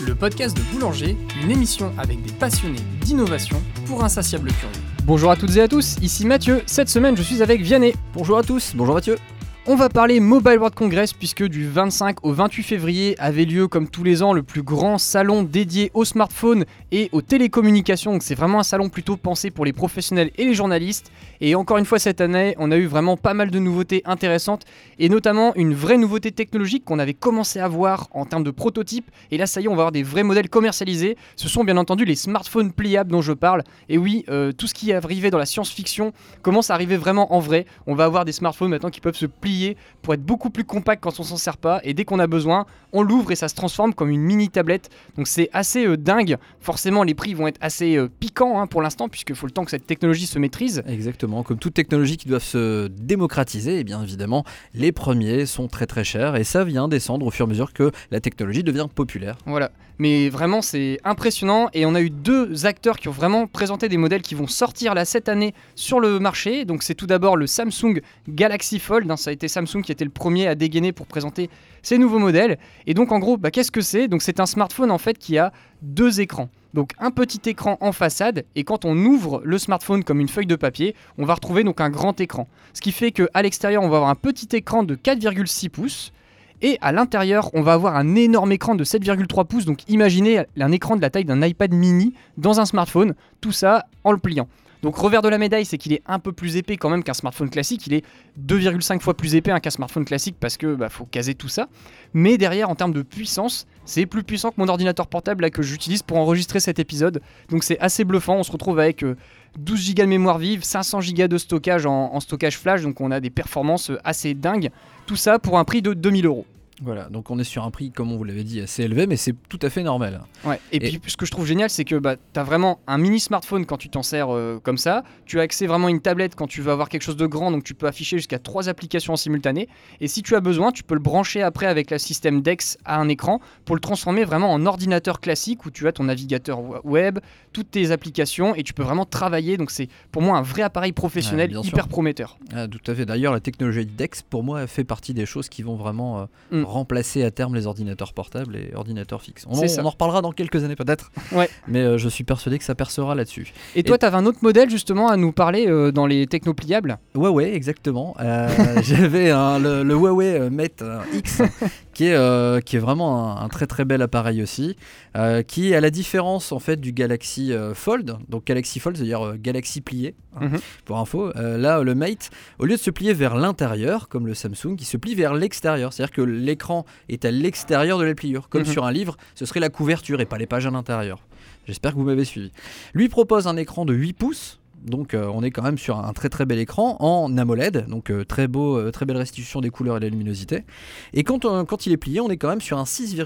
le podcast de Boulanger, une émission avec des passionnés d'innovation pour insatiables curieux. Bonjour à toutes et à tous, ici Mathieu. Cette semaine, je suis avec Vianney. Bonjour à tous, bonjour Mathieu. On va parler Mobile World Congress puisque du 25 au 28 février avait lieu comme tous les ans le plus grand salon dédié aux smartphones et aux télécommunications. Donc c'est vraiment un salon plutôt pensé pour les professionnels et les journalistes. Et encore une fois cette année, on a eu vraiment pas mal de nouveautés intéressantes et notamment une vraie nouveauté technologique qu'on avait commencé à voir en termes de prototypes. Et là ça y est, on va avoir des vrais modèles commercialisés. Ce sont bien entendu les smartphones pliables dont je parle. Et oui, tout ce qui est arrivé dans la science-fiction commence à arriver vraiment en vrai. On va avoir des smartphones maintenant qui peuvent se plier pour être beaucoup plus compact quand on s'en sert pas, et dès qu'on a besoin on l'ouvre et ça se transforme comme une mini tablette. Donc c'est assez dingue. Forcément les prix vont être assez piquants pour l'instant puisqu'il faut le temps que cette technologie se maîtrise. Exactement, comme toute technologie qui doit se démocratiser, et bien évidemment les premiers sont très très chers et ça vient descendre au fur et à mesure que la technologie devient populaire. Voilà, mais vraiment c'est impressionnant et on a eu deux acteurs qui ont vraiment présenté des modèles qui vont sortir là cette année sur le marché. Donc c'est tout d'abord le Samsung Galaxy Fold, ça a été Samsung qui était le premier à dégainer pour présenter ces nouveaux modèles. Et donc en gros, qu'est-ce que c'est ? Donc c'est un smartphone en fait qui a deux écrans. Donc un petit écran en façade et quand on ouvre le smartphone comme une feuille de papier, on va retrouver donc un grand écran. Ce qui fait qu'à l'extérieur, on va avoir un petit écran de 4,6 pouces. Et à l'intérieur, on va avoir un énorme écran de 7,3 pouces. Donc imaginez un écran de la taille d'un iPad mini dans un smartphone. Tout ça en le pliant. Donc revers de la médaille, c'est qu'il est un peu plus épais quand même qu'un smartphone classique. Il est 2,5 fois plus épais qu'un smartphone classique parce que faut caser tout ça. Mais derrière, en termes de puissance, c'est plus puissant que mon ordinateur portable là, que j'utilise pour enregistrer cet épisode. Donc c'est assez bluffant. On se retrouve avec 12 Go de mémoire vive, 500 Go de stockage en stockage flash. Donc on a des performances assez dingues. Tout ça pour un prix de 2000 €. Voilà, donc on est sur un prix, comme on vous l'avait dit, assez élevé, mais c'est tout à fait normal. Ouais. Et puis ce que je trouve génial, c'est que tu as vraiment un mini smartphone quand tu t'en sers comme ça. Tu as accès vraiment à une tablette quand tu veux avoir quelque chose de grand, donc tu peux afficher jusqu'à 3 applications en simultané. Et si tu as besoin, tu peux le brancher après avec le système DeX à un écran pour le transformer vraiment en ordinateur classique où tu as ton navigateur web, toutes tes applications et tu peux vraiment travailler. Donc c'est pour moi un vrai appareil professionnel hyper prometteur. Ah, tout à fait. D'ailleurs, la technologie DeX, pour moi, fait partie des choses qui vont vraiment remplacer à terme les ordinateurs portables et ordinateurs fixes. On en reparlera dans quelques années peut-être, mais je suis persuadé que ça percera là-dessus. Et toi, tu avais un autre modèle justement à nous parler dans les technopliables ? Ouais, exactement. J'avais le Huawei Mate X qui est vraiment un très très bel appareil aussi, qui à la différence en fait du Galaxy Fold, donc Galaxy Fold c'est-à-dire Galaxy plié, pour info, là le Mate, au lieu de se plier vers l'intérieur comme le Samsung, il se plie vers l'extérieur, c'est-à-dire que l'écran est à l'extérieur de la pliure, comme sur un livre, ce serait la couverture et pas les pages à l'intérieur. J'espère que vous m'avez suivi. Lui propose un écran de 8 pouces. Donc on est quand même sur un très très bel écran en AMOLED, donc très belle restitution des couleurs et de la luminosité. Et quand il est plié, on est quand même sur un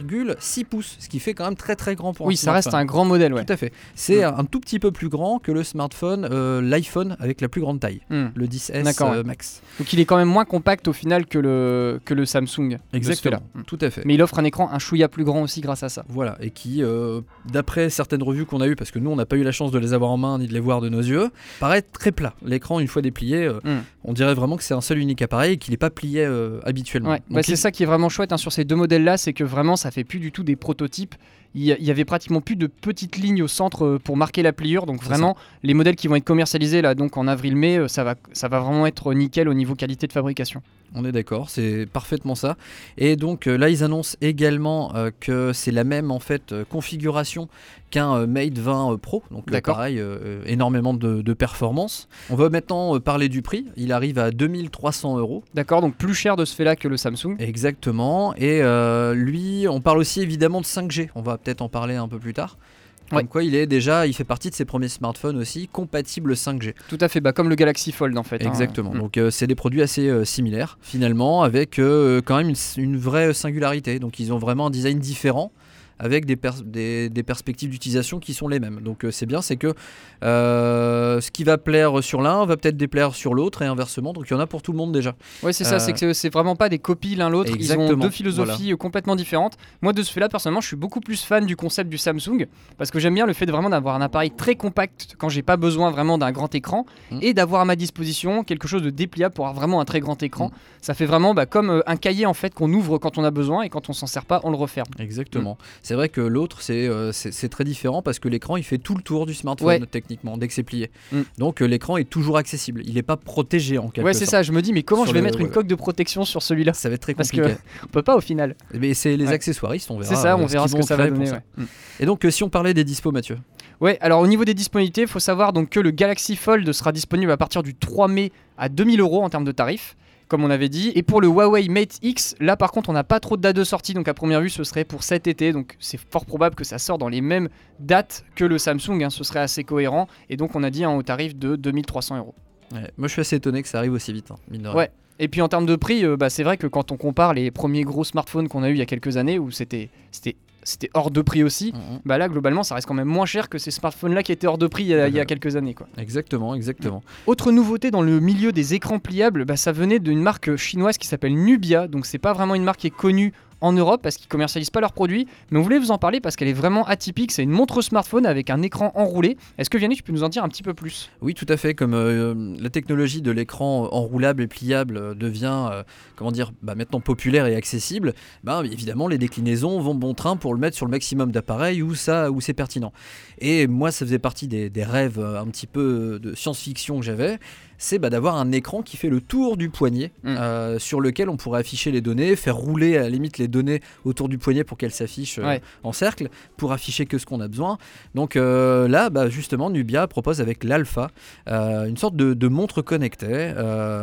6,6 pouces, ce qui fait quand même très très grand pour un smartphone. Oui, ça reste un grand modèle, Tout à fait. C'est un tout petit peu plus grand que le smartphone, l'iPhone avec la plus grande taille, le 10S Max. Donc il est quand même moins compact au final que le Samsung. Exactement, tout à fait. Mais il offre un écran un chouïa plus grand aussi grâce à ça. Voilà, et qui, d'après certaines revues qu'on a eues, parce que nous on n'a pas eu la chance de les avoir en main ni de les voir de nos yeux, paraît très plat. L'écran, une fois déplié, on dirait vraiment que c'est un seul unique appareil et qu'il n'est pas plié habituellement. Ouais. Donc c'est ça qui est vraiment chouette sur ces deux modèles-là, c'est que vraiment ça fait plus du tout des prototypes. Il y avait pratiquement plus de petites lignes au centre pour marquer la pliure. Donc vraiment, les modèles qui vont être commercialisés là, donc en avril-mai, ça va vraiment être nickel au niveau qualité de fabrication. On est d'accord, c'est parfaitement ça. Et donc là, ils annoncent également que c'est la même en fait configuration qu'un Mate 20 Pro. Donc là, pareil, énormément de performance. On va maintenant parler du prix. Il arrive à 2300 €. D'accord, donc plus cher de ce fait-là que le Samsung. Exactement. Et lui, on parle aussi évidemment de 5G. On va peut-être en parler un peu plus tard. Comme quoi il fait partie de ses premiers smartphones aussi compatibles 5G. Tout à fait, comme le Galaxy Fold en fait. Exactement, donc c'est des produits assez similaires finalement, avec quand même une vraie singularité. Donc ils ont vraiment un design différent, avec des perspectives d'utilisation qui sont les mêmes. Donc c'est bien, c'est que ce qui va plaire sur l'un va peut-être déplaire sur l'autre et inversement, donc il y en a pour tout le monde déjà. Ouais, c'est ça, c'est que c'est vraiment pas des copies l'un l'autre, ils ont deux philosophies complètement différentes. Moi de ce fait-là, personnellement, je suis beaucoup plus fan du concept du Samsung, parce que j'aime bien le fait de vraiment d'avoir un appareil très compact quand j'ai pas besoin vraiment d'un grand écran, et d'avoir à ma disposition quelque chose de dépliable pour avoir vraiment un très grand écran. Ça fait vraiment comme un cahier en fait qu'on ouvre quand on a besoin, et quand on s'en sert pas, on le referme. Exactement. C'est vrai que l'autre, c'est très différent parce que l'écran, il fait tout le tour du smartphone, techniquement, dès que c'est plié. Donc l'écran est toujours accessible. Il n'est pas protégé en quelque sorte. Ouais, c'est ça. Je me dis, mais comment je vais mettre une coque de protection sur celui-là ? Ça va être très compliqué. Parce qu'on peut pas au final. Mais c'est les accessoiristes, on verra. C'est ça, on verra ce que ça va donner. Et donc, si on parlait des dispos, Mathieu. Ouais, alors au niveau des disponibilités, il faut savoir donc que le Galaxy Fold sera disponible à partir du 3 mai à 2000 € en termes de tarifs, comme on avait dit. Et pour le Huawei Mate X, là par contre on n'a pas trop de date de sortie, donc à première vue ce serait pour cet été, donc c'est fort probable que ça sorte dans les mêmes dates que le Samsung, ce serait assez cohérent, et donc on a dit au tarif de 2300 €. Ouais, moi je suis assez étonné que ça arrive aussi vite, mine de rien. Ouais. Et puis en termes de prix, c'est vrai que quand on compare les premiers gros smartphones qu'on a eu il y a quelques années, où c'était hors de prix aussi, là globalement ça reste quand même moins cher que ces smartphones là qui étaient hors de prix il y a quelques années, quoi. Exactement. Autre nouveauté dans le milieu des écrans pliables, ça venait d'une marque chinoise qui s'appelle Nubia, donc c'est pas vraiment une marque qui est connue en Europe parce qu'ils commercialisent pas leurs produits, mais on voulait vous en parler parce qu'elle est vraiment atypique. C'est une montre smartphone avec un écran enroulé. Est-ce que Vianney, tu peux nous en dire un petit peu plus ? Oui, tout à fait. Comme la technologie de l'écran enroulable et pliable devient maintenant populaire et accessible, évidemment les déclinaisons vont bon train pour le mettre sur le maximum d'appareils où c'est pertinent. Et moi, ça faisait partie des rêves un petit peu de science-fiction que j'avais. C'est d'avoir un écran qui fait le tour du poignet, sur lequel on pourrait afficher les données, faire rouler à la limite les données autour du poignet pour qu'elles s'affichent en cercle, pour afficher que ce qu'on a besoin. Donc là, justement, Nubia propose avec l'Alpha une sorte de montre connectée,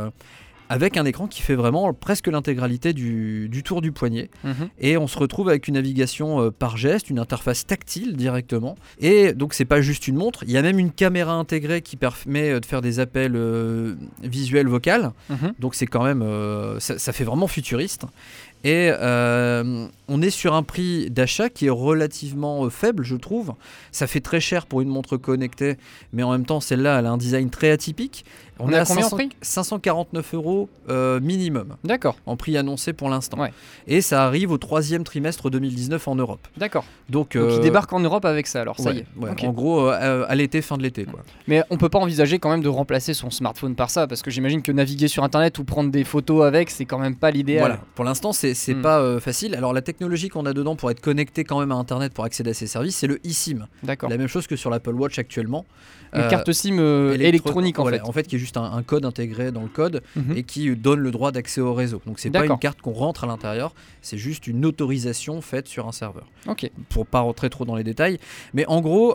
avec un écran qui fait vraiment presque l'intégralité du tour du poignet. Et on se retrouve avec une navigation par geste, une interface tactile directement. Et donc c'est pas juste une montre, il y a même une caméra intégrée qui permet de faire des appels visuels vocaux. Donc c'est quand même, ça fait vraiment futuriste. Et on est sur un prix d'achat qui est relativement faible, je trouve. Ça fait très cher pour une montre connectée, mais en même temps, celle-là, elle a un design très atypique. On est à combien en prix ? 549 € minimum. D'accord. En prix annoncé pour l'instant. Ouais. Et ça arrive au 3e trimestre 2019 en Europe. D'accord. Donc il débarque en Europe avec ça, alors ça y est. Ouais. Okay. En gros, à l'été, fin de l'été, quoi. Mais on peut pas envisager quand même de remplacer son smartphone par ça, parce que j'imagine que naviguer sur Internet ou prendre des photos avec, c'est quand même pas l'idéal. Voilà. Pour l'instant, c'est pas facile. Alors la technologie qu'on a dedans pour être connecté quand même à Internet pour accéder à ces services, c'est le eSIM. D'accord. La même chose que sur l'Apple Watch actuellement. Une carte SIM électronique en fait. En fait, qui est juste un code intégré dans le code et qui donne le droit d'accès au réseau. Donc c'est pas une carte qu'on rentre à l'intérieur, c'est juste une autorisation faite sur un serveur. Ok. Pour pas rentrer trop dans les détails, mais en gros,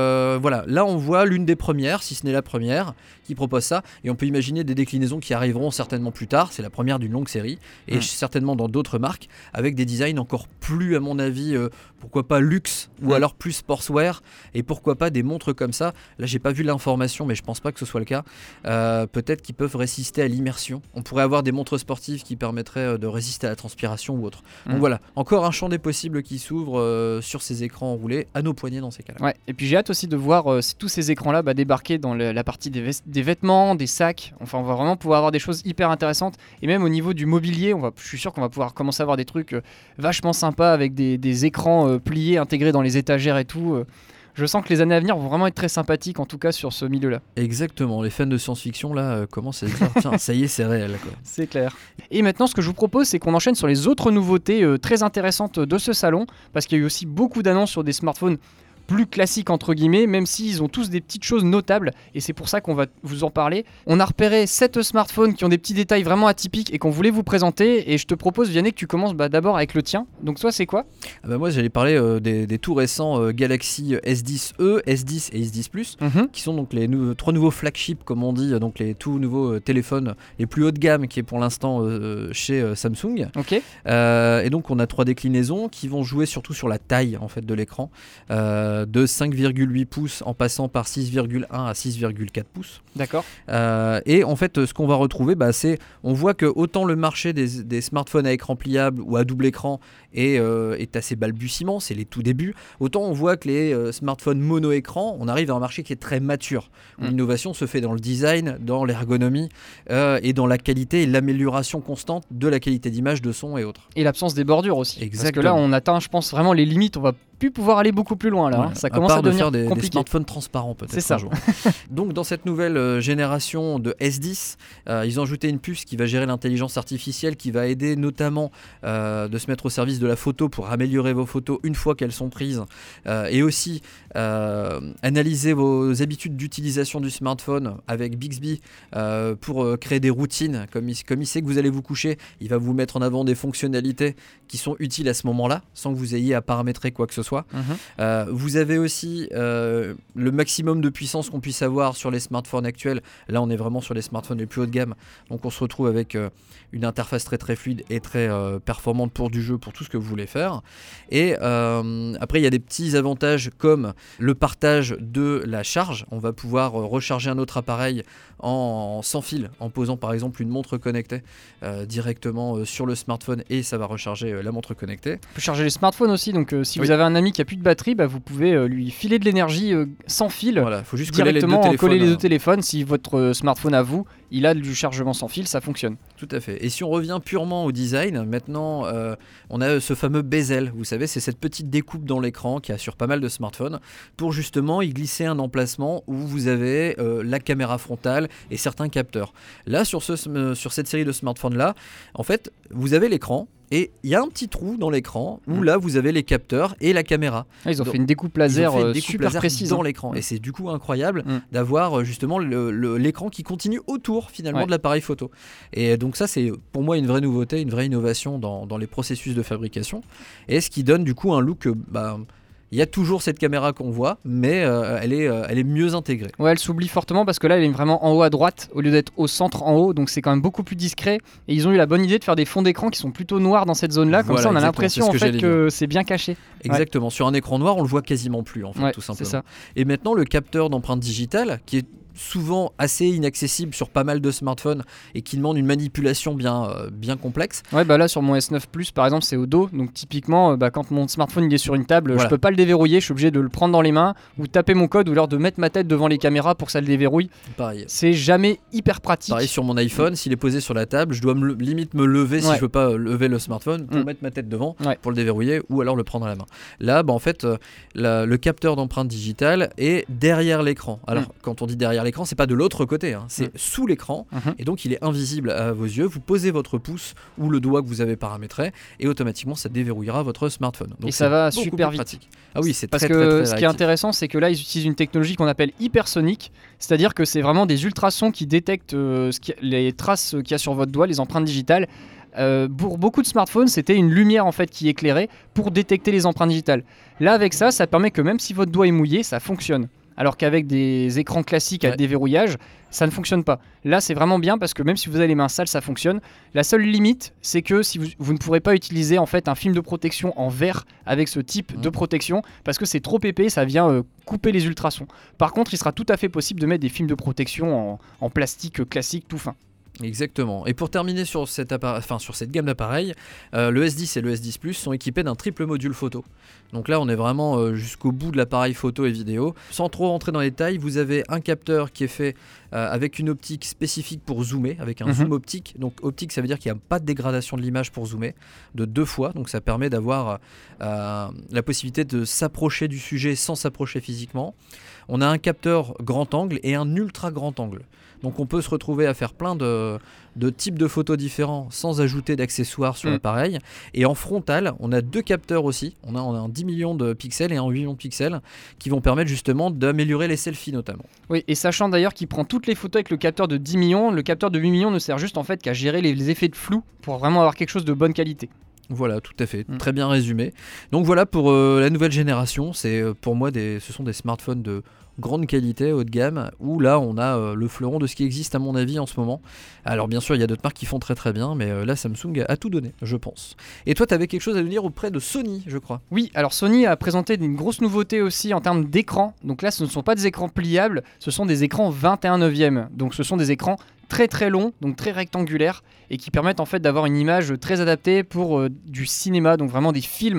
là on voit l'une des premières, si ce n'est la première, qui propose ça, et on peut imaginer des déclinaisons qui arriveront certainement plus tard. C'est la première d'une longue série, et certainement dans d'autres marques, avec des designs encore plus, à mon avis, pourquoi pas luxe, ou alors plus sportswear, et pourquoi pas des montres comme ça. Là j'ai pas vu l'information, mais je pense pas que ce soit le cas. Peut-être qu'ils peuvent résister à l'immersion. On pourrait avoir des montres sportives qui permettraient de résister à la transpiration ou autre. Donc voilà, encore un champ des possibles qui s'ouvre sur ces écrans enroulés, à nos poignets dans ces cas-là. Ouais, et puis j'ai hâte aussi de voir si tous ces écrans-là débarquer dans la partie des vêtements, des sacs. Enfin, on va vraiment pouvoir avoir des choses hyper intéressantes. Et même au niveau du mobilier, je suis sûr qu'on va pouvoir commencer à avoir des trucs vachement sympas avec des écrans pliés, intégrés dans les étagères et tout. Je sens que les années à venir vont vraiment être très sympathiques, en tout cas sur ce milieu-là. Exactement, les fans de science-fiction là commencent à se dire tiens, ça y est, c'est réel, quoi. C'est clair. Et maintenant, ce que je vous propose, c'est qu'on enchaîne sur les autres nouveautés très intéressantes de ce salon, parce qu'il y a eu aussi beaucoup d'annonces sur des smartphones plus classiques entre guillemets, même s'ils ont tous des petites choses notables, et c'est pour ça qu'on va vous en parler. On a repéré 7 smartphones qui ont des petits détails vraiment atypiques et qu'on voulait vous présenter, et je te propose, Vianney, que tu commences d'abord avec le tien. Donc toi, c'est quoi ? Moi, j'allais parler des tout récents Galaxy S10e, S10 et S10 Plus, qui sont donc les 3 nouveaux flagships, comme on dit, donc les tout nouveaux téléphones les plus haut de gamme qui est pour l'instant chez Samsung. Okay. Et donc on a 3 déclinaisons qui vont jouer surtout sur la taille en fait de l'écran. De 5,8 pouces en passant par 6,1 à 6,4 pouces. D'accord. Et en fait, ce qu'on va retrouver, c'est, on voit que autant le marché des smartphones à écran pliable ou à double écran est assez balbutiement, c'est les tout débuts, autant on voit que les smartphones mono-écran, on arrive à un marché qui est très mature, où l'innovation se fait dans le design, dans l'ergonomie et dans la qualité et l'amélioration constante de la qualité d'image, de son et autres. Et l'absence des bordures aussi. Exactement. Parce que là, on atteint, je pense, vraiment les limites, on va plus pouvoir aller beaucoup plus loin là. Ouais, Ça commence part à de devenir faire des compliqué. smartphones transparents peut-être C'est ça. un jour. Donc dans cette nouvelle génération de S10, ils ont ajouté une puce qui va gérer l'intelligence artificielle, qui va aider notamment de se mettre au service de la photo pour améliorer vos photos une fois qu'elles sont prises, et aussi analyser vos habitudes d'utilisation du smartphone avec Bixby pour créer des routines. Comme il sait que vous allez vous coucher, il va vous mettre en avant des fonctionnalités qui sont utiles à ce moment-là, sans que vous ayez à paramétrer quoi que ce soit. Vous avez aussi le maximum de puissance qu'on puisse avoir sur les smartphones actuels. Là, on est vraiment sur les smartphones les plus haut de gamme. Donc, on se retrouve avec une interface très très fluide et très performante pour du jeu, pour tout ce que vous voulez faire. Et après, il y a des petits avantages comme le partage de la charge. On va pouvoir recharger un autre appareil sans fil, en posant par exemple une montre connectée directement sur le smartphone, et ça va recharger la montre connectée. On peut charger les smartphones aussi, donc si Oui. vous avez un ami qui a plus de batterie, vous pouvez lui filer de l'énergie sans fil. Voilà, il faut juste coller Directement coller les deux téléphones. téléphones. Si votre smartphone à vous, il a du chargement sans fil, ça fonctionne. Tout à fait. Et si on revient purement au design, maintenant on a ce fameux bezel. Vous savez, c'est cette petite découpe dans l'écran qui a sur pas mal de smartphones pour justement y glisser un emplacement où vous avez la caméra frontale et certains capteurs. Là, sur cette série de smartphones là, en fait, vous avez l'écran. Et il y a un petit trou dans l'écran où là vous avez les capteurs et la caméra. Ils ont Donc, fait une découpe laser ils ont fait une découpe super laser précise dans l'écran. Et c'est du coup incroyable d'avoir justement l'écran qui continue autour finalement de l'appareil photo. Et donc ça, c'est pour moi une vraie nouveauté, une vraie innovation dans les processus de fabrication. Et ce qui donne du coup un look... il y a toujours cette caméra qu'on voit, mais elle est mieux intégrée. Ouais, elle s'oublie fortement parce que là, elle est vraiment en haut à droite au lieu d'être au centre en haut, donc c'est quand même beaucoup plus discret. Et ils ont eu la bonne idée de faire des fonds d'écran qui sont plutôt noirs dans cette zone-là, comme Voilà, ça on a exactement, l'impression c'est ce en que fait j'allais que c'est bien caché. Exactement, sur un écran noir, on le voit quasiment plus en fait, tout simplement. C'est ça. Et maintenant, le capteur d'empreinte digitale, qui est souvent assez inaccessible sur pas mal de smartphones et qui demande une manipulation bien complexe. Ouais, là sur mon S9 Plus par exemple, c'est au dos, donc typiquement quand mon smartphone il est sur une table, Voilà. je peux pas le déverrouiller, je suis obligé de le prendre dans les mains ou taper mon code ou alors de mettre ma tête devant les caméras pour que ça le déverrouille. Pareil. C'est jamais hyper pratique. Pareil sur mon iPhone, s'il est posé sur la table, je dois limite me lever si je veux pas lever le smartphone pour mettre ma tête devant pour le déverrouiller ou alors le prendre à la main. Là, en fait, le capteur d'empreinte digitale est derrière l'écran. Alors, quand on dit derrière l'écran, c'est pas de l'autre côté, c'est sous l'écran et donc il est invisible à vos yeux. Vous posez votre pouce ou le doigt que vous avez paramétré et automatiquement ça déverrouillera votre smartphone. Donc et ça va super vite. Pratique. Ah oui, c'est parce très, que très, très ce qui est réactif. intéressant, c'est que là ils utilisent une technologie qu'on appelle hypersonique, c'est-à-dire que c'est vraiment des ultrasons qui détectent les traces qu'il y a sur votre doigt, les empreintes digitales. Pour beaucoup de smartphones, c'était une lumière en fait qui éclairait pour détecter les empreintes digitales. Là, avec ça, ça permet que même si votre doigt est mouillé, ça fonctionne. Alors qu'avec des écrans classiques à déverrouillage, ça ne fonctionne pas. Là, c'est vraiment bien parce que même si vous avez les mains sales, ça fonctionne. La seule limite, c'est que si vous ne pourrez pas utiliser en fait un film de protection en verre avec ce type de protection parce que c'est trop épais, ça vient couper les ultrasons. Par contre, il sera tout à fait possible de mettre des films de protection en plastique classique tout fin. Exactement. Et pour terminer sur cette gamme d'appareils, le S10 et le S10 Plus sont équipés d'un triple module photo. Donc là, on est vraiment jusqu'au bout de l'appareil photo et vidéo. Sans trop rentrer dans les détails, vous avez un capteur qui est fait avec une optique spécifique pour zoomer, avec un zoom optique. Donc optique, ça veut dire qu'il n'y a pas de dégradation de l'image pour zoomer, de 2 fois. Donc ça permet d'avoir la possibilité de s'approcher du sujet sans s'approcher physiquement. On a un capteur grand angle et un ultra grand angle. Donc on peut se retrouver à faire plein de types de photos différents sans ajouter d'accessoires sur l'appareil. Et en frontal, on a 2 capteurs aussi. On a un 10 millions de pixels et un 8 millions de pixels qui vont permettre justement d'améliorer les selfies notamment. Oui, et sachant d'ailleurs qu'il prend toutes les photos avec le capteur de 10 millions, le capteur de 8 millions ne sert juste en fait qu'à gérer les effets de flou pour vraiment avoir quelque chose de bonne qualité. Voilà, tout à fait, très bien résumé. Donc voilà pour la nouvelle génération, c'est pour moi ce sont des smartphones de grande qualité, haut de gamme, où là on a le fleuron de ce qui existe à mon avis en ce moment. Alors bien sûr il y a d'autres marques qui font très très bien, mais là Samsung a tout donné, je pense. Et toi tu avais quelque chose à nous dire auprès de Sony, je crois. Oui, alors Sony a présenté une grosse nouveauté aussi en termes d'écran. Donc là ce ne sont pas des écrans pliables, ce sont des écrans 21/9. Donc ce sont des écrans très très longs, donc très rectangulaires, et qui permettent en fait d'avoir une image très adaptée pour du cinéma, donc vraiment des films.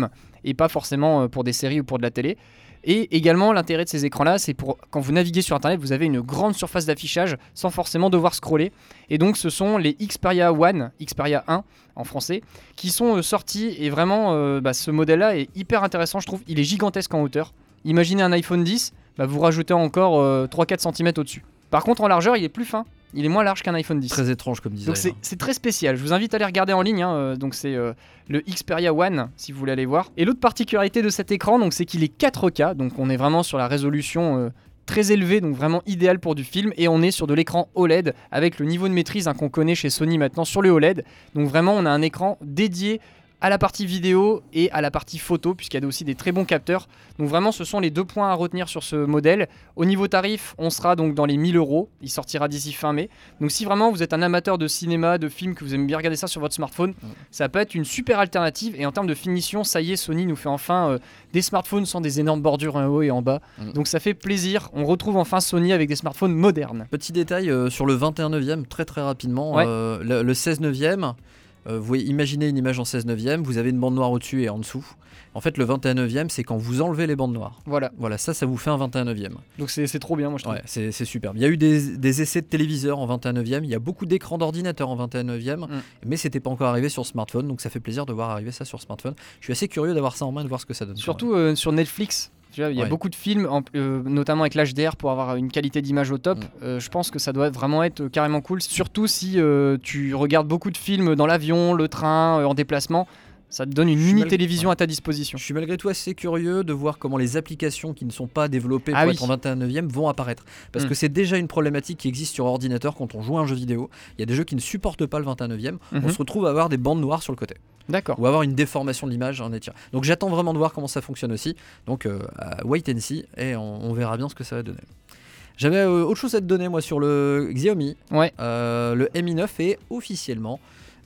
et pas forcément pour des séries ou pour de la télé. Et également, l'intérêt de ces écrans-là, c'est pour quand vous naviguez sur Internet, vous avez une grande surface d'affichage sans forcément devoir scroller. Et donc, ce sont les Xperia One, Xperia 1 en français, qui sont sortis. Et vraiment, ce modèle-là est hyper intéressant, je trouve. Il est gigantesque en hauteur. Imaginez un iPhone 10, vous rajoutez encore 3-4 cm au-dessus. Par contre, en largeur, il est plus fin. Il est moins large qu'un iPhone 10. Très étrange comme design. Donc c'est très spécial. Je vous invite à aller regarder en ligne. Donc c'est le Xperia One si vous voulez aller voir. Et l'autre particularité de cet écran, donc, c'est qu'il est 4K. Donc on est vraiment sur la résolution très élevée, donc vraiment idéal pour du film. Et on est sur de l'écran OLED avec le niveau de maîtrise qu'on connaît chez Sony maintenant sur le OLED. Donc vraiment on a un écran dédié à la partie vidéo et à la partie photo, puisqu'il y a aussi des très bons capteurs. Donc vraiment, ce sont les 2 points à retenir sur ce modèle. Au niveau tarif, on sera donc dans les 1 000 €. Il sortira d'ici fin mai. Donc si vraiment vous êtes un amateur de cinéma, de films, que vous aimez bien regarder ça sur votre smartphone, ça peut être une super alternative. Et en termes de finition, ça y est, Sony nous fait enfin des smartphones sans des énormes bordures en haut et en bas. Donc ça fait plaisir. On retrouve enfin Sony avec des smartphones modernes. Petit détail sur le 21/9, très très rapidement. Ouais. Le 16/9. Vous voyez, imaginez une image en 16/9, vous avez une bande noire au-dessus et en dessous. En fait, le 21/9, c'est quand vous enlevez les bandes noires. Voilà, Ça vous fait un 21/9. donc c'est trop bien, moi je trouve. Ouais, c'est superbe. Il y a eu des essais de téléviseurs en 21/9, il y a beaucoup d'écrans d'ordinateur en 21/9, mais c'était pas encore arrivé sur smartphone, donc ça fait plaisir de voir arriver ça sur smartphone. Je suis assez curieux d'avoir ça en main et de voir ce que ça donne. Surtout sur Netflix. Tu vois, il y a beaucoup de films, notamment avec l'HDR pour avoir une qualité d'image au top. Je pense que ça doit vraiment être carrément cool. Surtout si tu regardes beaucoup de films dans l'avion, le train, en déplacement. Ça te donne une mini-télévision à ta disposition. Je suis malgré tout assez curieux de voir comment les applications qui ne sont pas développées pour être en 21/9 vont apparaître. Parce que c'est déjà une problématique qui existe sur ordinateur quand on joue à un jeu vidéo. Il y a des jeux qui ne supportent pas le 21/9. On se retrouve à avoir des bandes noires sur le côté. D'accord. Ou avoir une déformation de l'image en étirant. Donc j'attends vraiment de voir comment ça fonctionne aussi. Donc wait and see et on verra bien ce que ça va donner. J'avais autre chose à te donner moi sur le Xiaomi. Ouais. Le Mi 9 est officiellement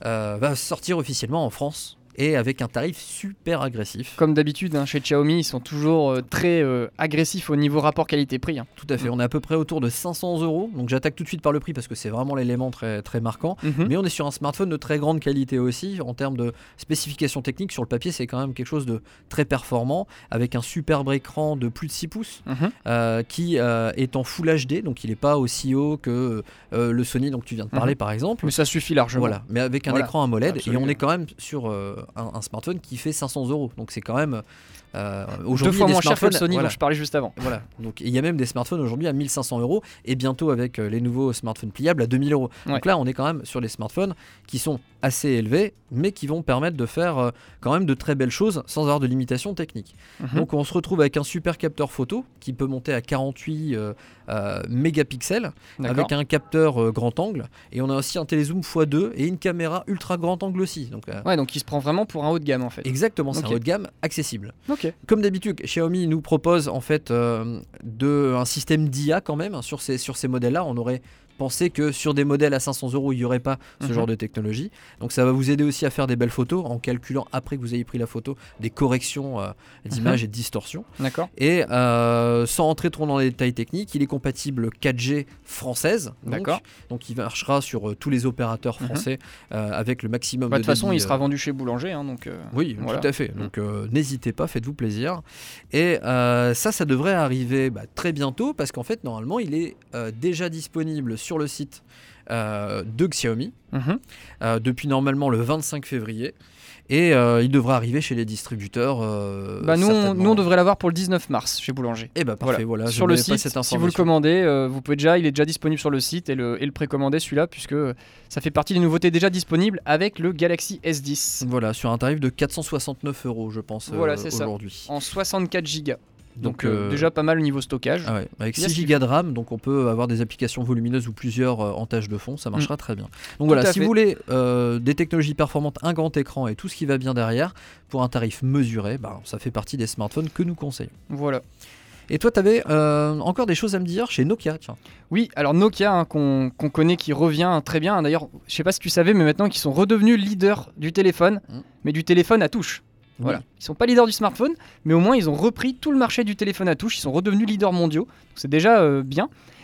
va sortir officiellement en France. Et avec un tarif super agressif. Comme d'habitude, chez Xiaomi, ils sont toujours très agressifs au niveau rapport qualité-prix. Tout à fait, on est à peu près autour de 500 €. Donc j'attaque tout de suite par le prix parce que c'est vraiment l'élément très, très marquant. Mais on est sur un smartphone de très grande qualité aussi. En termes de spécifications techniques, sur le papier, c'est quand même quelque chose de très performant. Avec un superbe écran de plus de 6 pouces qui est en Full HD. Donc il n'est pas aussi haut que le Sony dont tu viens de parler par exemple. Mais ça suffit largement. Voilà, mais avec un écran AMOLED. Absolument. Et on est quand même sur un smartphone qui fait 500 €. Donc c'est quand même aujourd'hui 2 fois des moins cher que le smartphones, Sony dont je parlais juste avant. Voilà. Donc il y a même des smartphones aujourd'hui à 1 500 € et bientôt avec les nouveaux smartphones pliables à 2 000 €. Donc là on est quand même sur des smartphones qui sont assez élevés mais qui vont permettre de faire quand même de très belles choses sans avoir de limitations techniques. Donc on se retrouve avec un super capteur photo qui peut monter à 48 mégapixels avec un capteur grand angle et on a aussi un télézoom x2 et une caméra ultra grand angle aussi. Donc donc il se prend vraiment pour un haut de gamme en fait. Exactement, c'est un haut de gamme accessible. Ok. Comme d'habitude, Xiaomi nous propose en fait un système d'IA quand même sur ces modèles-là. On aurait pensé que sur des modèles à 500 € il n'y aurait pas ce genre de technologie. Donc ça va vous aider aussi à faire des belles photos en calculant après que vous ayez pris la photo des corrections d'image et de distorsion. D'accord. Et sans entrer trop dans les détails techniques, il est compatible 4G française. Donc il marchera sur tous les opérateurs français avec le maximum de toute façon, il sera vendu chez Boulanger. Oui, tout à fait. Donc n'hésitez pas, faites-vous plaisir. Et ça devrait arriver très bientôt parce qu'en fait, normalement, il est déjà disponible sur le site de Xiaomi depuis normalement le 25 février. Et il devrait arriver chez les distributeurs. Nous, on devrait l'avoir pour le 19 mars chez Boulanger. Et parfait, voilà. Sur le site, si vous le commandez, il est déjà disponible sur le site et le précommander celui-là, puisque ça fait partie des nouveautés déjà disponibles avec le Galaxy S10. Voilà, sur un tarif de 469 € je pense aujourd'hui. En 64 Go. Donc déjà pas mal au niveau stockage. Avec 6 Go de RAM, donc on peut avoir des applications volumineuses ou plusieurs en tâche de fond, ça marchera très bien. Donc voilà, si vous voulez des technologies performantes, un grand écran et tout ce qui va bien derrière, pour un tarif mesuré, ça fait partie des smartphones que nous conseillons. Voilà. Et toi, tu avais encore des choses à me dire chez Nokia, tiens. Oui, alors Nokia, qu'on connaît, qui revient très bien. D'ailleurs, je sais pas si tu savais, mais maintenant qu'ils sont redevenus leaders du téléphone, mais du téléphone à touche. Voilà. Ils sont pas leaders du smartphone, mais au moins ils ont repris tout le marché du téléphone à touche. Ils sont redevenus leaders mondiaux. Donc c'est déjà bien.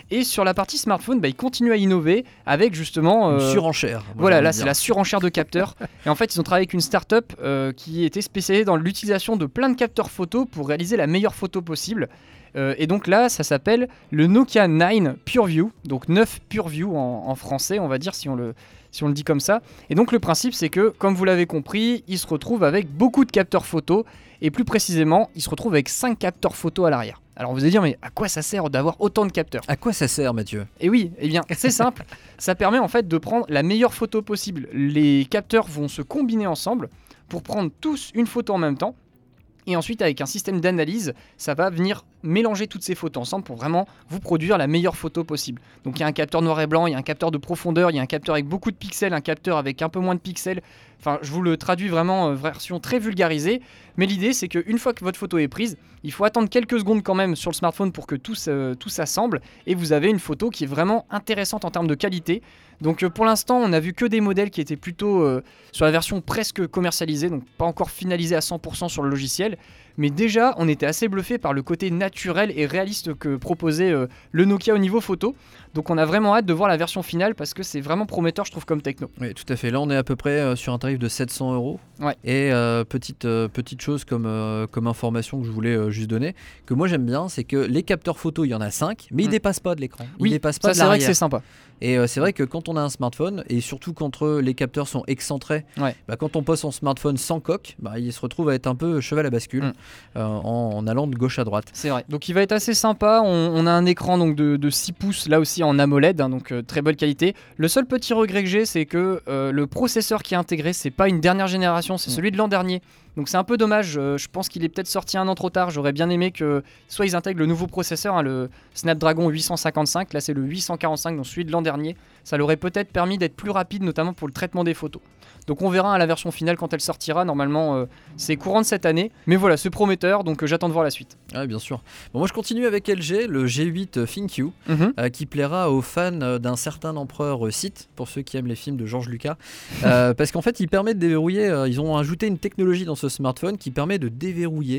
Et sur la partie smartphone, ils continuent à innover avec justement... Une surenchère. Voilà, là c'est la surenchère de capteurs. Et en fait, ils ont travaillé avec une start-up qui était spécialisée dans l'utilisation de plein de capteurs photo pour réaliser la meilleure photo possible. Et donc là, ça s'appelle le Nokia 9 PureView, donc 9 PureView en français, on va dire, si on le dit comme ça. Et donc le principe, c'est que, comme vous l'avez compris, il se retrouve avec beaucoup de capteurs photo, et plus précisément, il se retrouve avec 5 capteurs photo à l'arrière. Alors vous allez dire, mais à quoi ça sert d'avoir autant de capteurs ? À quoi ça sert, Mathieu ? Et oui, eh bien, c'est simple, ça permet en fait de prendre la meilleure photo possible. Les capteurs vont se combiner ensemble pour prendre tous une photo en même temps. Et ensuite, avec un système d'analyse, ça va venir mélanger toutes ces photos ensemble pour vraiment vous produire la meilleure photo possible. Donc il y a un capteur noir et blanc, il y a un capteur de profondeur, il y a un capteur avec beaucoup de pixels, un capteur avec un peu moins de pixels. Enfin, je vous le traduis vraiment version très vulgarisée. Mais l'idée, c'est qu'une fois que votre photo est prise, il faut attendre quelques secondes quand même sur le smartphone pour que tout s'assemble. Et vous avez une photo qui est vraiment intéressante en termes de qualité. Donc pour l'instant, on n'a vu que des modèles qui étaient plutôt sur la version presque commercialisée, donc pas encore finalisée à 100% sur le logiciel. Mais déjà, on était assez bluffé par le côté naturel et réaliste que proposait le Nokia au niveau photo. Donc on a vraiment hâte de voir la version finale parce que c'est vraiment prometteur, je trouve, comme techno. Oui, tout à fait. Là, on est à peu près sur un tarif de 700 €. Ouais. Et petite chose comme information que je voulais juste donner, que moi j'aime bien, c'est que les capteurs photo, il y en a 5, mais ils dépassent pas de l'écran. Ils dépassent pas ça de c'est vrai que l'arrière. c'est sympa. Et c'est vrai que quand on a un smartphone, et surtout quand les capteurs sont excentrés, quand on pose son smartphone sans coque, il se retrouve à être un peu cheval à bascule en allant de gauche à droite. C'est vrai. Donc il va être assez sympa. On a un écran donc, de 6 pouces, là aussi en AMOLED, donc très bonne qualité. Le seul petit regret que j'ai, c'est que le processeur qui est intégré, c'est pas une dernière génération, c'est celui de l'an dernier. Donc c'est un peu dommage, je pense qu'il est peut-être sorti un an trop tard. J'aurais bien aimé que soit ils intègrent le nouveau processeur, le Snapdragon 855, là c'est le 845, donc celui de l'an dernier. Ça l'aurait peut-être permis d'être plus rapide, notamment pour le traitement des photos. Donc on verra à la version finale quand elle sortira. Normalement c'est courant de cette année. Mais voilà, c'est prometteur, donc j'attends de voir la suite. Ah, bien sûr. Bon, moi je continue avec LG, le G8 ThinQ, qui plaira aux fans d'un certain empereur Sith, pour ceux qui aiment les films de George Lucas. Parce qu'en fait il permet de déverrouiller, ils ont ajouté une technologie dans ce smartphone qui permet de déverrouiller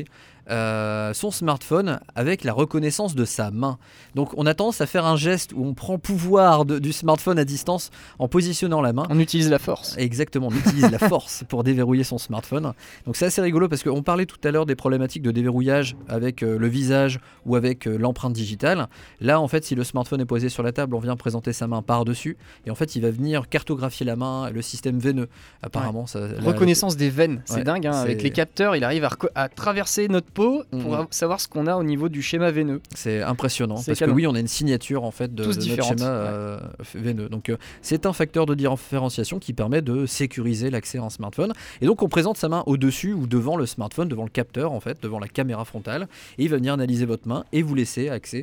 son smartphone avec la reconnaissance de sa main. Donc on a tendance à faire un geste où on prend le pouvoir du smartphone à distance en positionnant la main. On utilise la force. Exactement, on utilise la force pour déverrouiller son smartphone. Donc c'est assez rigolo parce qu'on parlait tout à l'heure des problématiques de déverrouillage avec le visage ou avec l'empreinte digitale. Là en fait, si le smartphone est posé sur la table, on vient présenter sa main par-dessus et en fait il va venir cartographier la main, le système veineux apparemment. Reconnaissance des veines, c'est dingue, avec les capteurs il arrive à traverser notre peau pour savoir ce qu'on a au niveau du schéma veineux. C'est impressionnant parce canon. que oui, on a une signature en fait de notre schéma veineux. Donc c'est un facteur de différenciation qui permet de sécuriser l'accès à un smartphone. Et donc on présente sa main au-dessus ou devant le smartphone, devant le capteur en fait, devant la caméra frontale, et il va venir analyser votre main et vous laisser accès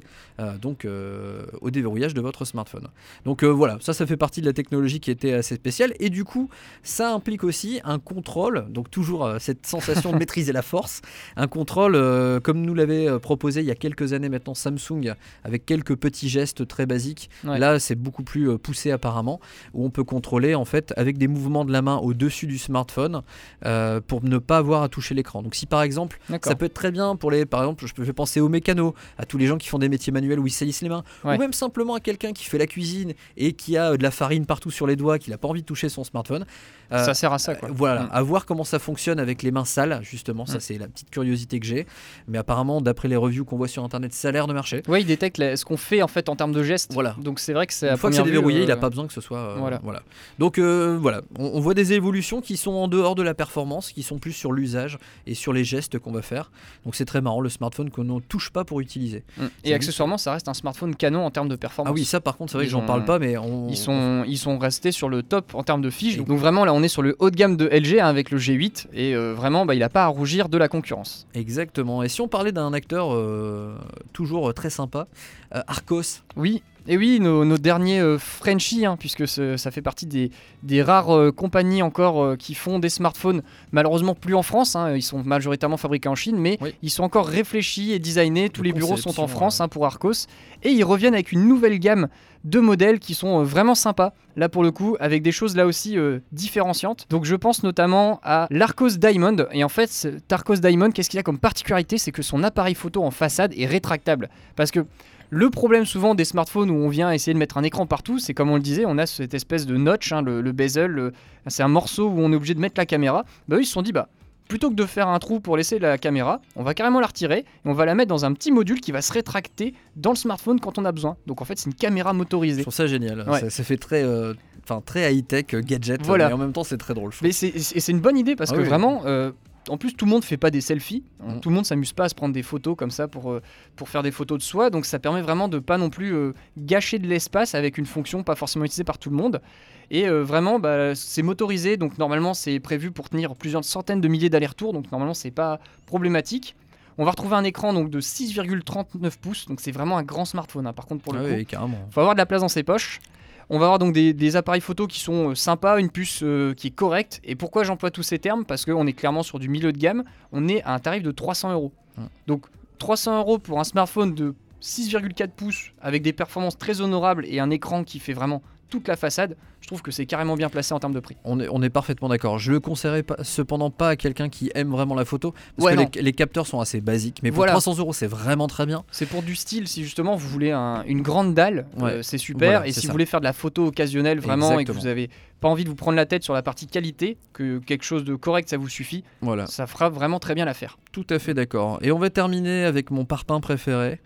au déverrouillage de votre smartphone. Donc voilà, ça fait partie de la technologie qui était assez spéciale et du coup ça implique aussi un contrôle, donc toujours cette sensation de maîtriser la force, un contrôle comme nous l'avait proposé il y a quelques années maintenant Samsung, avec quelques petits gestes très basiques. Là c'est beaucoup plus poussé apparemment, où on peut contrôler en fait avec des mouvements de la main au-dessus du smartphone pour ne pas avoir à toucher l'écran. Donc si par exemple, ça peut être très bien pour par exemple, je peux penser aux mécanos, à tous les gens qui font des métiers manuels où ils salissent les mains, ou même simplement à quelqu'un qui fait la cuisine et qui a de la farine partout sur les doigts, qui n'a pas envie de toucher son smartphone. Ça sert à ça quoi. Voilà, à voir comment ça fonctionne avec les mains sales justement, ça c'est la petite curiosité que j'ai. Mais apparemment, d'après les reviews qu'on voit sur internet, ça a l'air de marcher. Ouais, il détecte ce qu'on fait en fait en termes de gestes. Voilà. Donc c'est vrai que c'est une fois que c'est déverrouillé, il n'a pas besoin que ce soit. Voilà. Donc voilà, on voit des évolutions qui sont en dehors de la performance, qui sont plus sur l'usage et sur les gestes qu'on va faire. Donc c'est très marrant, le smartphone qu'on ne touche pas pour utiliser. Et accessoirement, ça reste un smartphone canon en termes de performance. Ah oui, ça par contre, c'est vrai que j'en parle pas, mais ils sont restés sur le top en termes de fiches. Donc vraiment là, on est sur le haut de gamme de LG avec le G8 et vraiment, il n'a pas à rougir de la concurrence. Exactement. Et si on parlait d'un acteur toujours très sympa, Arcos. Oui. Et oui, nos derniers Frenchies, puisque ça fait partie des rares compagnies encore qui font des smartphones, malheureusement plus en France, ils sont majoritairement fabriqués en Chine, mais ils sont encore réfléchis et designés, tous les bureaux sont en France pour Arcos, et ils reviennent avec une nouvelle gamme de modèles qui sont vraiment sympas, là pour le coup, avec des choses là aussi différenciantes. Donc je pense notamment à l'Arcos Diamond, et en fait cet Arcos Diamond, qu'est-ce qu'il a comme particularité, c'est que son appareil photo en façade est rétractable, parce que Le problème souvent des smartphones où on vient essayer de mettre un écran partout, c'est comme on le disait, on a cette espèce de notch, le bezel, c'est un morceau où on est obligé de mettre la caméra. Bah eux ils se sont dit plutôt que de faire un trou pour laisser la caméra, on va carrément la retirer et on va la mettre dans un petit module qui va se rétracter dans le smartphone quand on a besoin. Donc en fait c'est une caméra Je motorisée. trouve ça génial. Ouais. Ça fait très high-tech, gadget, Voilà. mais en même temps c'est très drôle. Je trouve. Mais c'est une bonne idée parce que oui. vraiment, en plus tout le monde fait pas des selfies, Mm. tout le monde s'amuse pas à se prendre des photos comme ça pour faire des photos de soi, donc ça permet vraiment de pas non plus gâcher de l'espace avec une fonction pas forcément utilisée par tout le monde. Et vraiment, c'est motorisé, donc normalement c'est prévu pour tenir plusieurs centaines de milliers d'allers-retours, donc normalement c'est pas problématique. On va retrouver un écran donc de 6,39 pouces, donc c'est vraiment un grand smartphone, hein, par contre pour le coup. Oui, carrément. Faut avoir de la place dans ses poches. On va avoir donc des appareils photo qui sont sympas, une puce qui est correcte. Et pourquoi j'emploie tous ces termes ? Parce qu'on est clairement sur du milieu de gamme. On est à un tarif de 300€. Donc 300€ pour un smartphone de 6,4 pouces avec des performances très honorables et un écran qui fait vraiment toute la façade. Je trouve que c'est carrément bien placé en termes de prix. On est parfaitement d'accord. Je le conseillerais cependant pas à quelqu'un qui aime vraiment la photo, parce Ouais, que les capteurs sont assez basiques. Mais pour Voilà. 300€, c'est vraiment très bien. C'est pour du style, si justement vous voulez une grande dalle, Ouais. c'est super. Voilà, et c'est si ça. vous voulez faire de la photo occasionnelle vraiment et que Exactement. vous avez pas envie de vous prendre la tête sur la partie qualité, que quelque chose de correct ça vous suffit, Voilà. ça fera vraiment très bien l'affaire. Tout à fait d'accord. Et on va terminer avec mon parpaing préféré.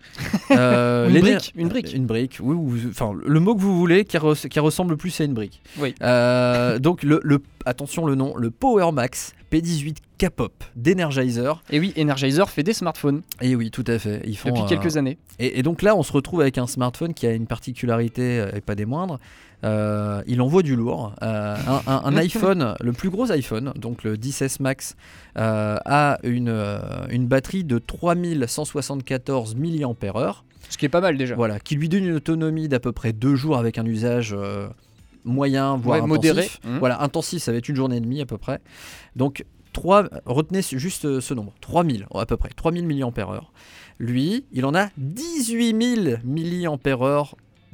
Une brique. Une brique, oui, enfin le mot que vous voulez qui ressemble plus à une brique. Oui. Donc attention le nom, le Power Max P18 K-pop d'Energizer. Et oui, Energizer fait des smartphones Et oui, tout à fait. Ils font, depuis quelques années. Et donc là, on se retrouve avec un smartphone qui a une particularité, et pas des moindres. Il envoie du lourd. Un iPhone, le plus gros iPhone, donc le 10S Max, a une batterie de 3174 mAh. Ce qui est pas mal déjà. Voilà, qui lui donne une autonomie d'à peu près 2 jours avec un usage moyen, voire Ouais, modéré. intensif. Voilà, intensif, ça va être une journée et demie à peu près. Donc, retenez juste ce nombre, 3000 à peu près, 3000 mAh. Lui, il en a 18 000 mAh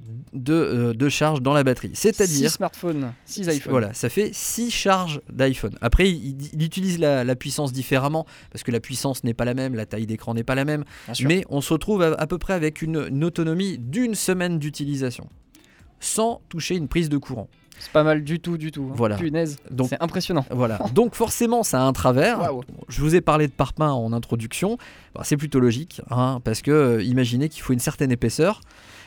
de charge dans la batterie. 6 C'est-à-dire, smartphones, 6 iPhones. voilà, ça fait 6 charges d'iPhone. Après, il utilise la puissance différemment, parce que la puissance n'est pas la même, la taille d'écran n'est pas la même, Bien sûr. mais on se retrouve à peu près avec une autonomie d'une semaine d'utilisation, sans toucher une prise de courant. C'est pas mal du tout. Hein. Voilà. Punaise, Donc, c'est impressionnant. Voilà. Donc forcément, ça a un travers. Waouh. Je vous ai parlé de parpaing en introduction. C'est plutôt logique, hein, parce que imaginez qu'il faut une certaine épaisseur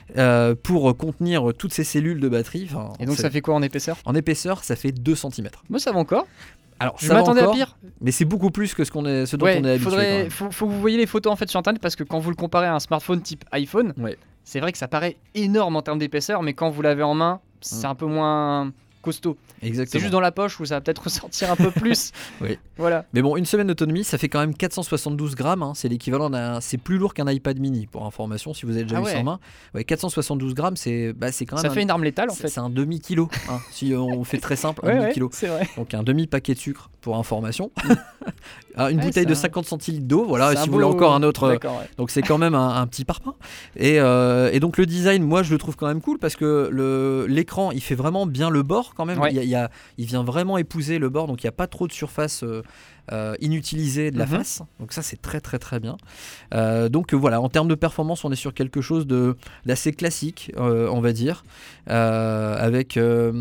pour contenir toutes ces cellules de batterie. Et donc ça fait quoi en épaisseur ? En épaisseur, ça fait 2 cm. Moi ça va encore. Alors, Je ça va m'attendais à encore, pire. mais c'est beaucoup plus que ce dont on est habitué. quand même. faut que vous voyez les photos en fait sur internet parce que quand vous le comparez à un smartphone type iPhone, Ouais. c'est vrai que ça paraît énorme en termes d'épaisseur, mais quand vous l'avez en main, c'est un peu moins costaud. Exactement. C'est juste dans la poche où ça va peut-être ressortir un peu plus. Oui. Voilà. Mais bon, une semaine d'autonomie, ça fait quand même 472 grammes. Hein, c'est l'équivalent c'est plus lourd qu'un iPad mini, pour information, si vous avez déjà Ah eu ouais. ça en main. Ouais, 472 grammes, c'est quand même Ça fait une arme létale en c'est fait. un demi-kilo. Hein, si on fait très simple, un Ouais, demi-kilo. c'est vrai. Donc un demi-paquet de sucre, pour information. Une Ouais, bouteille de ça- 50 centilitres d'eau, voilà, C'est si un vous voulez beau- encore un autre. D'accord, ouais. Donc c'est quand même un petit parpaing. Et donc le design, moi je le trouve quand même cool parce que l'écran il fait vraiment bien le bord quand même. Ouais. Il vient vraiment épouser le bord, donc il n'y a pas trop de surface inutilisée de la face. Donc ça c'est très très très bien. Donc voilà, en termes de performance, on est sur quelque chose d'assez classique, on va dire, avec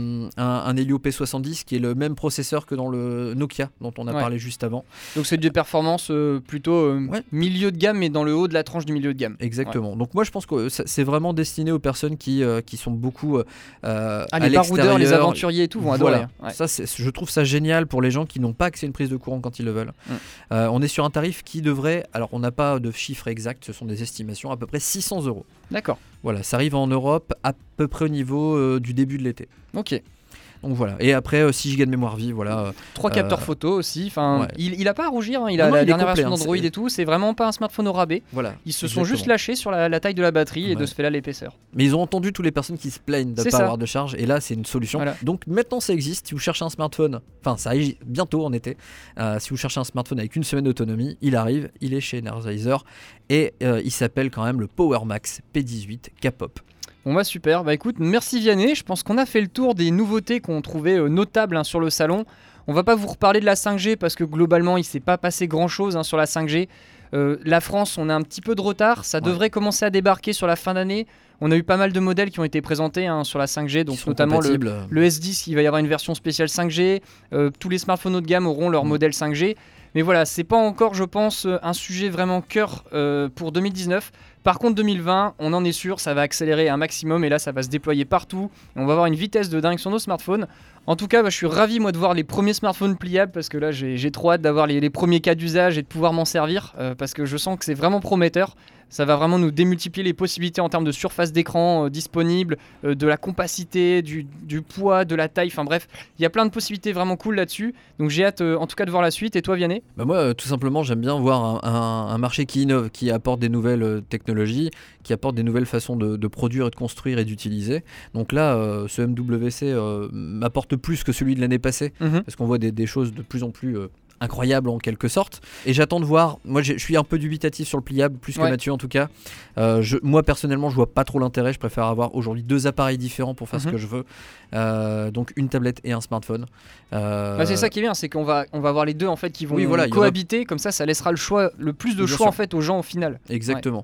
un Helio P70 qui est le même processeur que dans le Nokia dont on a Ouais. parlé juste avant. Donc c'est des performances plutôt Ouais. milieu de gamme, mais dans le haut de la tranche du milieu de gamme. Exactement. Donc moi je pense que c'est vraiment destiné aux personnes qui sont beaucoup Ah, à les baroudeurs, les l'extérieur. aventuriers et tout vont adorer. Voilà. Hein. Ouais. Ça, je trouve ça génial pour les gens qui n'ont pas accès à une prise de courant quand ils le veulent. On est sur un tarif qui devrait, alors on n'a pas de chiffre exact, ce sont des estimations, à peu près 600 €. D'accord. Voilà, ça arrive en Europe à peu près au niveau du début de l'été. Ok. Donc voilà. Et après 6 Go de mémoire vive, voilà. 3 capteurs photo aussi. Enfin, ouais. il a pas à rougir. Hein. Il a Non, la il est dernière complet, version hein, d'Android c'est- et tout. C'est vraiment pas un smartphone au rabais. Voilà. Ils se sont Exactement. juste lâchés sur la taille de la batterie et de Ouais. ce fait-là l'épaisseur. Mais ils ont entendu toutes les personnes qui se plaignent de ne C'est pas ça. avoir de charge, et là c'est une solution. Voilà. Donc maintenant ça existe, si vous cherchez un smartphone, enfin ça arrive bientôt en été, si vous cherchez un smartphone avec une semaine d'autonomie, il arrive, il est chez Energizer, et il s'appelle quand même le Power Max P18 K-pop. Bon bah super, bah écoute, merci Vianney, je pense qu'on a fait le tour des nouveautés qu'on trouvait notables hein, sur le salon. On va pas vous reparler de la 5G parce que globalement il s'est pas passé grand chose sur la 5G. La France, on a un petit peu de retard, ça devrait commencer à débarquer sur la fin d'année. On a eu pas mal de modèles qui ont été présentés sur la 5G, donc notamment le S10, il va y avoir une version spéciale 5G. Tous les smartphones haut de gamme auront leur modèle 5G. Mais voilà, c'est pas encore, je pense, un sujet vraiment cœur pour 2019. Par contre, 2020, on en est sûr, ça va accélérer un maximum et là, ça va se déployer partout. Et on va avoir une vitesse de dingue sur nos smartphones. En tout cas, je suis ravi moi de voir les premiers smartphones pliables parce que là, j'ai trop hâte d'avoir les premiers cas d'usage et de pouvoir m'en servir parce que je sens que c'est vraiment prometteur. Ça va vraiment nous démultiplier les possibilités en termes de surface d'écran disponible, de la compacité, du poids, de la taille. Enfin bref, il y a plein de possibilités vraiment cool là-dessus. Donc j'ai hâte en tout cas de voir la suite. Et toi, Vianney ? Moi, tout simplement, j'aime bien voir un marché qui innove, qui apporte des nouvelles technologies, qui apporte des nouvelles façons de produire et de construire et d'utiliser. Donc là, ce MWC m'apporte plus que celui de l'année passée, parce qu'on voit des choses de plus en plus incroyable en quelque sorte, et j'attends de voir. Moi je suis un peu dubitatif sur le pliable, plus que Mathieu en tout cas. Moi personnellement je vois pas trop l'intérêt, je préfère avoir aujourd'hui 2 appareils différents pour faire ce que je veux, donc une tablette et un smartphone. C'est ça qui est bien, c'est qu'on va avoir les deux en fait qui vont cohabiter, comme ça laissera le plus de choix en fait aux gens au final. Exactement.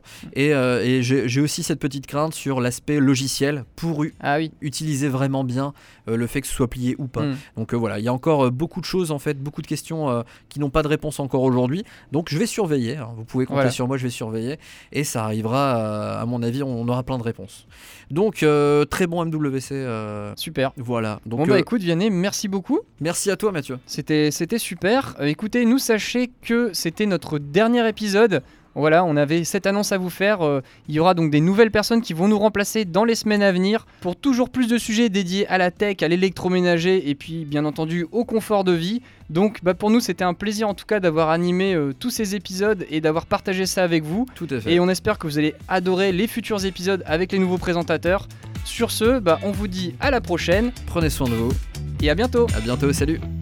Et j'ai aussi cette petite crainte sur l'aspect logiciel pour utiliser vraiment bien le fait que ce soit plié ou pas. Donc voilà, il y a encore beaucoup de choses en fait, beaucoup de questions qui n'ont pas de réponse encore aujourd'hui. Donc je vais surveiller, vous pouvez compter sur moi, je vais surveiller et ça arrivera, à mon avis, on aura plein de réponses. Donc très bon MWC. Super. Voilà. Donc, bon écoute Vianney, merci beaucoup. Merci à toi Mathieu. C'était super. Écoutez, nous sachez que c'était notre dernier épisode. Voilà, on avait cette annonce à vous faire. Il y aura donc des nouvelles personnes qui vont nous remplacer dans les semaines à venir pour toujours plus de sujets dédiés à la tech, à l'électroménager et puis bien entendu au confort de vie. Donc pour nous c'était un plaisir en tout cas d'avoir animé tous ces épisodes et d'avoir partagé ça avec vous. Tout à fait. Et on espère que vous allez adorer les futurs épisodes avec les nouveaux présentateurs. Sur ce, on vous dit à la prochaine. Prenez soin de vous. Et à bientôt. À bientôt, salut.